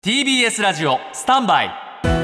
TBS ラジオスタンバイ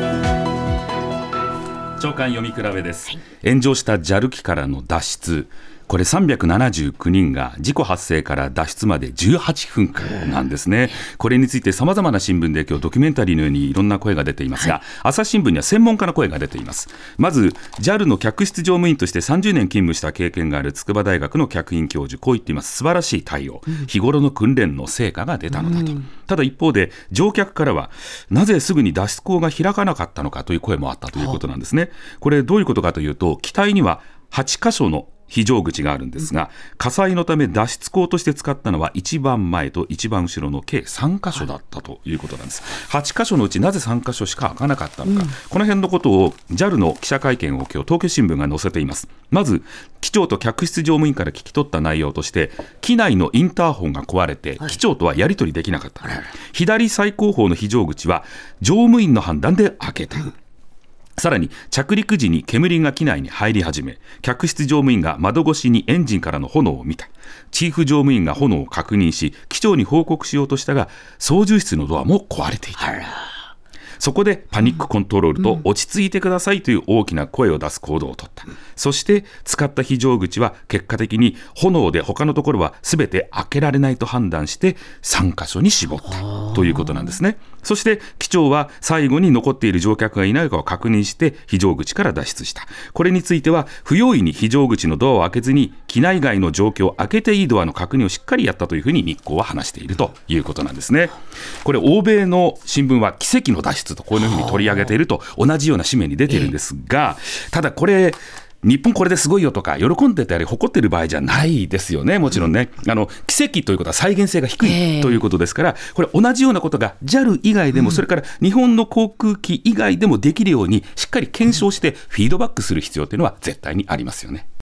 長官読み比べです、炎上した JAL 機からの脱出、これ379人が事故発生から脱出まで18分間なんですね。これについてさまざまな新聞で今日ドキュメンタリーのようにいろんな声が出ていますが、朝日新聞には専門家の声が出ています。まず JAL の客室乗務員として30年勤務した経験がある筑波大学の客員教授、こう言っています。素晴らしい対応、日頃の訓練の成果が出たのだと。ただ一方で乗客からはなぜすぐに脱出口が開かなかったのかという声もあったということなんですね。これどういうことかというと、機体には8箇所の非常口があるんですが、火災のため脱出口として使ったのは一番前と一番後ろの計3箇所だったということなんです。8箇所のうちなぜ3箇所しか開かなかったのか、この辺のことを JAL の記者会見を今日東京新聞が載せています。まず機長と客室乗務員から聞き取った内容として、機内のインターホンが壊れて機長とはやり取りできなかった、左最後方の非常口は乗務員の判断で開けた、さらに着陸時に煙が機内に入り始め、客室乗務員が窓越しにエンジンからの炎を見た。チーフ乗務員が炎を確認し機長に報告しようとしたが、操縦室のドアも壊れていた。そこでパニックコントロールと落ち着いてくださいという大きな声を出す行動を取った。そして使った非常口は結果的に炎で他のところは全て開けられないと判断して3カ所に絞ったということなんですね。そして機長は最後に残っている乗客がいないかを確認して非常口から脱出した。これについては不用意に非常口のドアを開けずに機内外の状況を開けていいドアの確認をしっかりやったというふうに日光は話しているということなんですね。これ欧米の新聞は奇跡の脱出とこういうふうに取り上げていると同じような紙面に出ているんですが、ただこれ日本これですごいよとか喜んでたり誇ってる場合じゃないですよね。もちろんね、奇跡ということは再現性が低いということですから、これ同じようなことが JAL 以外でも、それから日本の航空機以外でもできるようにしっかり検証してフィードバックする必要というのは絶対にありますよね。